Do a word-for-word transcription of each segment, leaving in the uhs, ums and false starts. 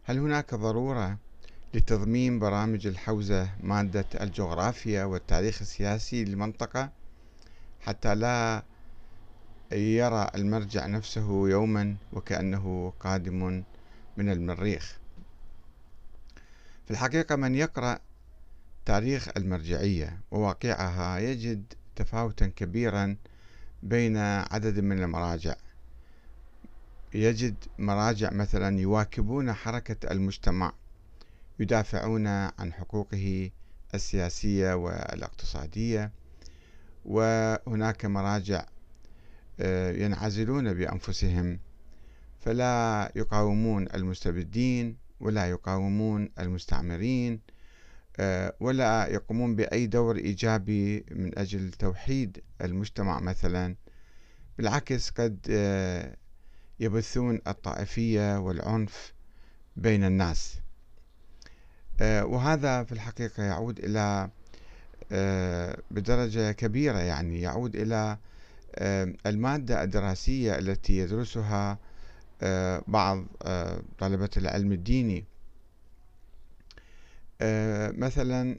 هل هناك ضرورة لتضمين برامج الحوزة مادة الجغرافيا والتاريخ السياسي للمنطقة حتى لا يرى المرجع نفسه يوما وكأنه قادم من المريخ؟ في الحقيقة من يقرأ تاريخ المرجعية وواقعها يجد تفاوتا كبيرا بين عدد من المراجع. يجد مراجع مثلا يواكبون حركة المجتمع، يدافعون عن حقوقه السياسية والاقتصادية، وهناك مراجع ينعزلون بأنفسهم فلا يقاومون المستبدين ولا يقاومون المستعمرين ولا يقومون بأي دور إيجابي من أجل توحيد المجتمع مثلا. بالعكس قد يبثون الطائفية والعنف بين الناس، وهذا في الحقيقة يعود إلى بدرجة كبيرة يعني يعود إلى المادة الدراسية التي يدرسها بعض طلبة العلم الديني. مثلا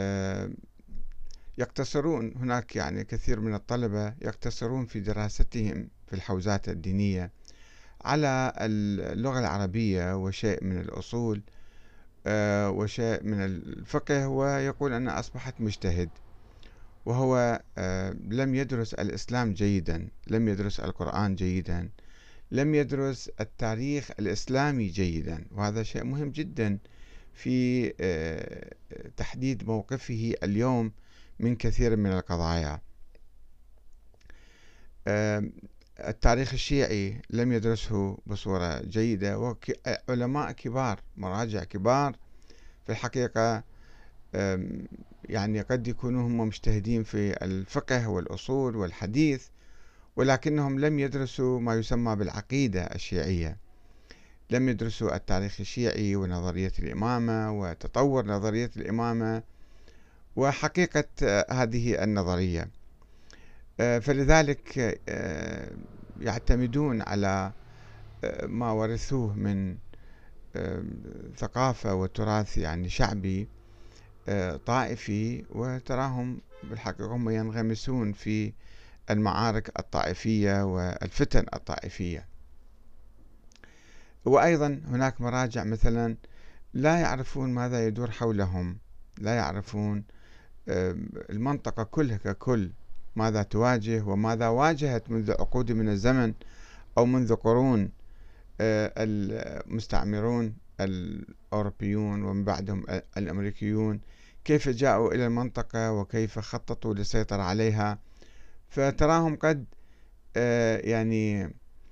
يقتصرون هناك يعني كثير من الطلبة يقتصرون في دراستهم في الحوزات الدينية على اللغة العربية وشيء من الأصول وشيء من الفقه، ويقول أنا أصبحت مجتهد، وهو لم يدرس الإسلام جيدا، لم يدرس القرآن جيدا، لم يدرس التاريخ الإسلامي جيدا. وهذا شيء مهم جدا في تحديد موقفه اليوم من كثير من القضايا. التاريخ الشيعي لم يدرسه بصورة جيدة، وعلماء كبار مراجع كبار في الحقيقة يعني قد يكونوا هم مجتهدين في الفقه والأصول والحديث، ولكنهم لم يدرسوا ما يسمى بالعقيدة الشيعية، لم يدرسوا التاريخ الشيعي ونظرية الإمامة وتطور نظرية الإمامة وحقيقة هذه النظرية. فلذلك يعتمدون على ما ورثوه من ثقافة وتراث يعني شعبي طائفي، وتراهم بالحقيقة هم ينغمسون في المعارك الطائفية والفتن الطائفية. وأيضا هناك مراجع مثلا لا يعرفون ماذا يدور حولهم، لا يعرفون المنطقة كلها ككل ماذا تواجه وماذا واجهت منذ عقود من الزمن أو منذ قرون المستعمرون الأوروبيون ومن بعدهم الأمريكيون، كيف جاءوا إلى المنطقة وكيف خططوا للسيطرة عليها. فتراهم قد يعني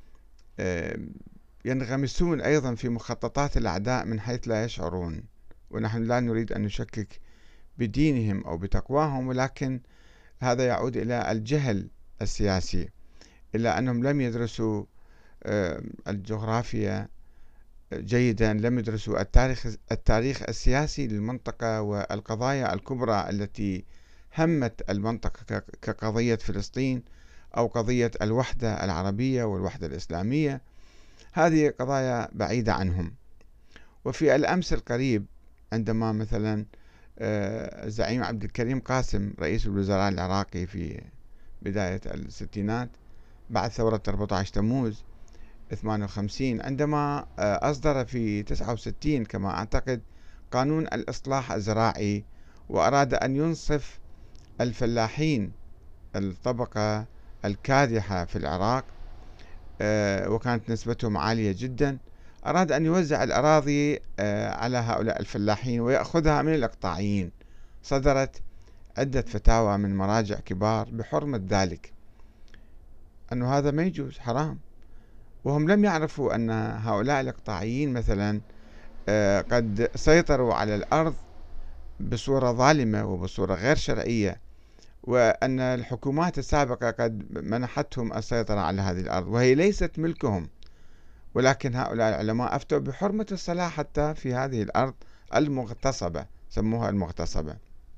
ينغمسون أيضا في مخططات الأعداء من حيث لا يشعرون. ونحن لا نريد أن نشكك بدينهم أو بتقواهم، ولكن هذا يعود إلى الجهل السياسي، إلى أنهم لم يدرسوا الجغرافيا جيدا، لم يدرسوا التاريخ التاريخ السياسي للمنطقة والقضايا الكبرى التي همت المنطقة كقضية فلسطين أو قضية الوحدة العربية والوحدة الإسلامية. هذه قضايا بعيدة عنهم. وفي الأمس القريب عندما مثلا الزعيم عبد الكريم قاسم رئيس الوزراء العراقي في بداية الستينات بعد ثورة أربعة عشر تموز ثمانية وخمسين، عندما أصدر في تسعة وستين كما أعتقد قانون الإصلاح الزراعي، وأراد أن ينصف الفلاحين الطبقة الكادحة في العراق وكانت نسبتهم عالية جدا، أراد أن يوزع الأراضي على هؤلاء الفلاحين ويأخذها من الإقطاعيين. صدرت عدة فتاوى من مراجع كبار بحرمة ذلك، أن هذا ما يجوز، حرام. وهم لم يعرفوا أن هؤلاء الإقطاعيين مثلا قد سيطروا على الأرض بصورة ظالمة وبصورة غير شرعية، وأن الحكومات السابقة قد منحتهم السيطرة على هذه الأرض وهي ليست ملكهم. ولكن هؤلاء العلماء أفتوا بحرمة الصلاة حتى في هذه الأرض المغتصبة، سموها المغتصبة.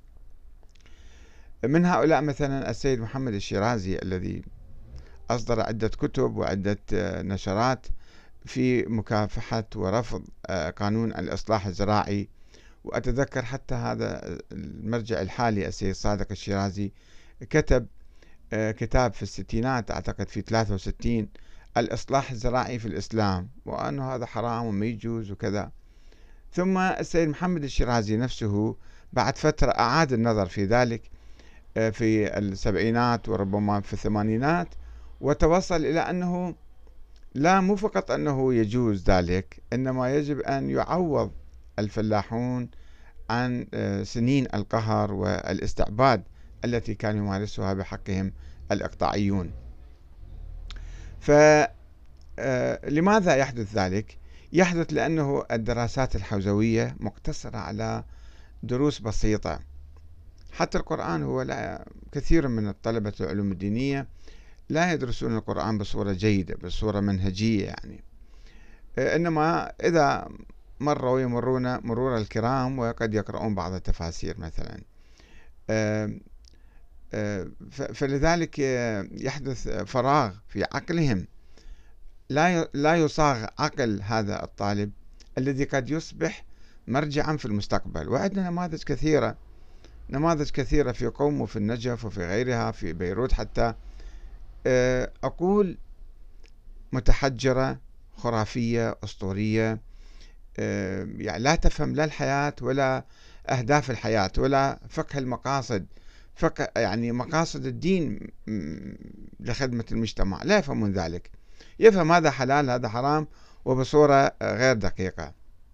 من هؤلاء مثلا السيد محمد الشيرازي الذي أصدر عدة كتب وعدة نشرات في مكافحة ورفض قانون الإصلاح الزراعي. وأتذكر حتى هذا المرجع الحالي السيد صادق الشيرازي كتب كتاب في الستينات، أعتقد في ثلاثة وستين، الإصلاح الزراعي في الإسلام، وأنه هذا حرام وما يجوز وكذا. ثم السيد محمد الشيرازي نفسه بعد فترة أعاد النظر في ذلك في السبعينات وربما في الثمانينات، وتوصل إلى أنه لا، مو فقط أنه يجوز ذلك، إنما يجب أن يعوض الفلاحون عن سنين القهر والاستعباد التي كانوا يمارسوها بحقهم الإقطاعيون. فلماذا يحدث ذلك؟ يحدث لأنه الدراسات الحوزوية مقتصرة على دروس بسيطة. حتى القرآن هو لا، كثير من الطلبة العلوم الدينية لا يدرسون القرآن بصورة جيدة، بصورة منهجية يعني، إنما إذا مروا يمرون مرور الكرام وقد يقرؤون بعض التفاسير مثلا. فلذلك يحدث فراغ في عقلهم، لا لا يصاغ عقل هذا الطالب الذي قد يصبح مرجعا في المستقبل. وعندنا نماذج كثيرة، نماذج كثيرة في قوم وفي النجف وفي غيرها، في بيروت حتى، أقول متحجرة، خرافية، أسطورية، يعني لا تفهم لا الحياة ولا أهداف الحياة ولا فقه المقاصد، فقه يعني مقاصد الدين لخدمة المجتمع، لا يفهمون ذلك. يفهم هذا حلال هذا حرام وبصورة غير دقيقة.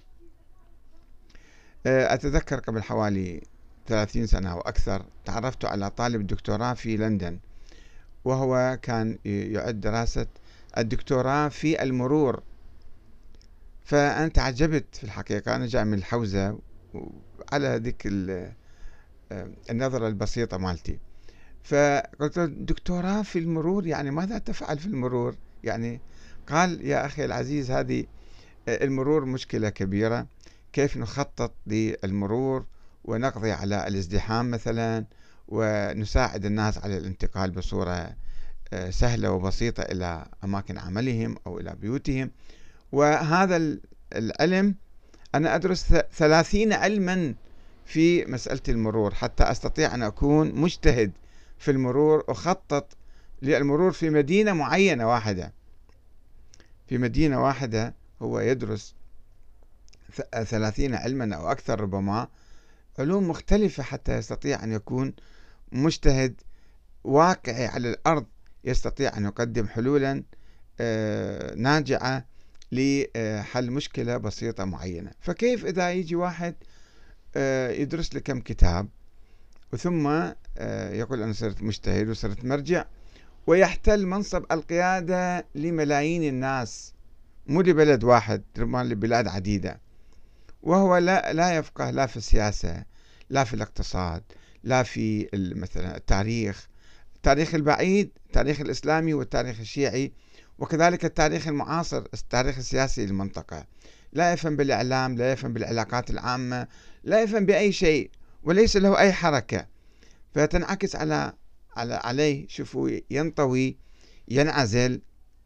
أتذكر قبل حوالي ثلاثين سنة أو أكثر تعرفت على طالب دكتوراه في لندن، وهو كان يعد دراسة الدكتوراه في المرور. فأنا تعجبت في الحقيقة، أنا جاي من الحوزة على ذيك النظرة البسيطة مالتي، فقلت له دكتوراه في المرور، يعني ماذا تفعل في المرور؟ يعني قال يا أخي العزيز، هذه المرور مشكلة كبيرة، كيف نخطط للمرور ونقضي على الازدحام مثلا، ونساعد الناس على الانتقال بصورة سهلة وبسيطة إلى أماكن عملهم أو إلى بيوتهم. وهذا العلم أنا أدرس ثلاثين علما في مسألة المرور حتى أستطيع أن أكون مجتهد في المرور، أخطط للمرور في مدينة معينة واحدة. في مدينة واحدة هو يدرس ثلاثين علما أو أكثر، ربما علوم مختلفة، حتى يستطيع أن يكون مجتهد واقعي على الأرض، يستطيع أن يقدم حلولا ناجعة لحل مشكلة بسيطة معينة. فكيف إذا يجي واحد يدرس لي كم كتاب وثم يقول أنا صرت مجتهد وصرت مرجع، ويحتل منصب القيادة لملايين الناس، مو لبلد واحد، ربما لبلاد عديدة، وهو لا لا يفقه لا في السياسة لا في الاقتصاد لا في مثلا التاريخ، التاريخ البعيد، التاريخ الإسلامي والتاريخ الشيعي، وكذلك التاريخ المعاصر، التاريخ السياسي للمنطقة. لا يفهم بالإعلام، لا يفهم بالعلاقات العامة، لا يفهم بأي شيء، وليس له أي حركة. فتنعكس على على عليه، شوفوا، ينطوي، ينعزل،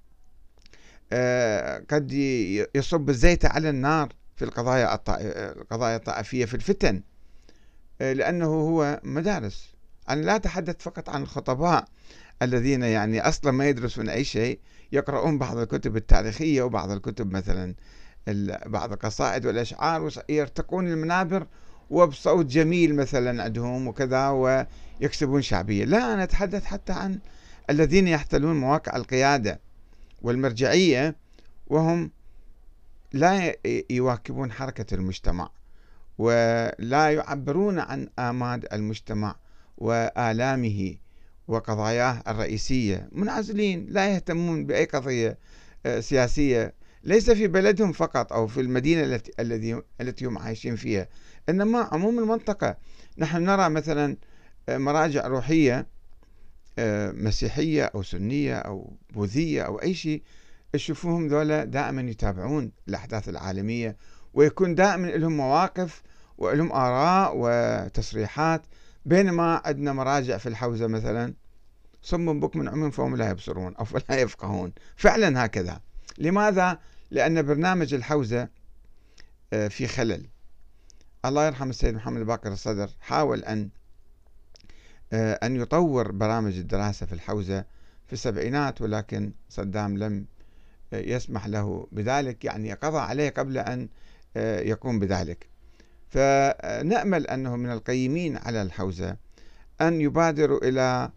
آه قد يصب الزيت على النار في القضايا القضايا الطائفية، في الفتن، آه لأنه هو مدارس. أنا لا أتحدث فقط عن الخطباء الذين يعني أصلا ما يدرسون أي شيء، يقرؤون بعض الكتب التاريخية وبعض الكتب مثلا بعض القصائد والأشعار، ويرتقون المنابر وبصوت جميل مثلا عندهم وكذا، ويكسبون شعبية. لا، أنا أتحدث حتى عن الذين يحتلون مواقع القيادة والمرجعية، وهم لا يواكبون حركة المجتمع، ولا يعبرون عن آمال المجتمع وآلامه وقضاياه الرئيسية، منعزلين، لا يهتمون بأي قضية سياسية، ليس في بلدهم فقط أو في المدينة التي التي التي هم عايشين فيها، إنما عموم المنطقة. نحن نرى مثلا مراجع روحية مسيحية أو سنية أو بوذية أو أي شيء، تشوفوهم ذولا دائما يتابعون الأحداث العالمية، ويكون دائما لهم مواقف ولهم آراء وتصريحات، بينما عندنا مراجع في الحوزة مثلا صم بكم عمي فهم لا يبصرون أو لا يفقهون. فعلا هكذا. لماذا؟ لأن برنامج الحوزة في خلل. الله يرحم السيد محمد باقر الصدر حاول أن أن يطور برامج الدراسة في الحوزة في السبعينات، ولكن صدام لم يسمح له بذلك، يعني قضى عليه قبل أن يقوم بذلك. فنأمل أنه من القيمين على الحوزة أن يبادروا إلى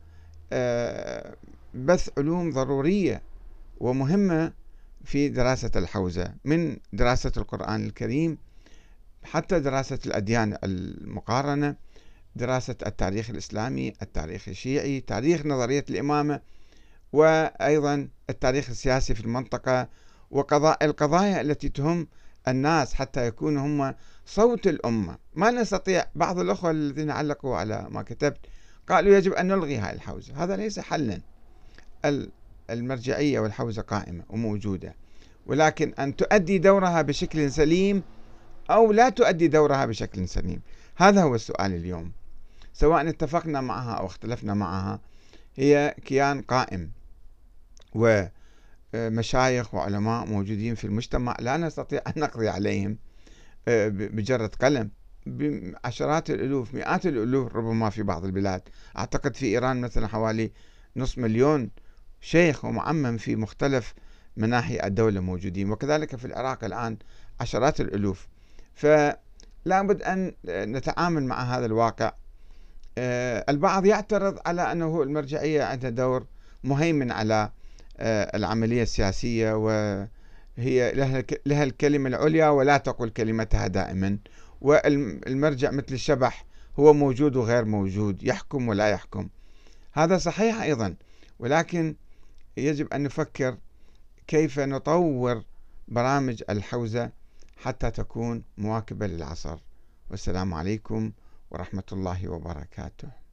بث علوم ضرورية ومهمة في دراسة الحوزة، من دراسة القرآن الكريم حتى دراسة الأديان المقارنة، دراسة التاريخ الإسلامي، التاريخ الشيعي، تاريخ نظرية الإمامة، وأيضا التاريخ السياسي في المنطقة، وقضاء القضايا التي تهم الناس حتى يكونوا هم صوت الأمة. ما نستطيع، بعض الأخوة الذين علقوا على ما كتبت قالوا يجب أن نلغي هذه الحوزة، هذا ليس حلا. المرجعية والحوزة قائمة وموجودة، ولكن أن تؤدي دورها بشكل سليم أو لا تؤدي دورها بشكل سليم، هذا هو السؤال اليوم. سواء اتفقنا معها أو اختلفنا معها، هي كيان قائم ومشايخ وعلماء موجودين في المجتمع، لا نستطيع أن نقضي عليهم بجرة قلم. بعشرات الألوف، مئات الألوف ربما في بعض البلاد. أعتقد في إيران مثلا حوالي نصف مليون شيخ ومعمم في مختلف مناحي الدولة موجودين، وكذلك في العراق الآن عشرات الألوف. فلا بد أن نتعامل مع هذا الواقع. البعض يعترض على أنه المرجعية عندها دور مهيمن على العملية السياسية، وهي لها الكلمة العليا ولا تقول كلمتها دائما، والمرجع مثل الشبح، هو موجود وغير موجود، يحكم ولا يحكم. هذا صحيح أيضا، ولكن يجب أن نفكر كيف نطور برامج الحوزة حتى تكون مواكبة للعصر. والسلام عليكم ورحمة الله وبركاته.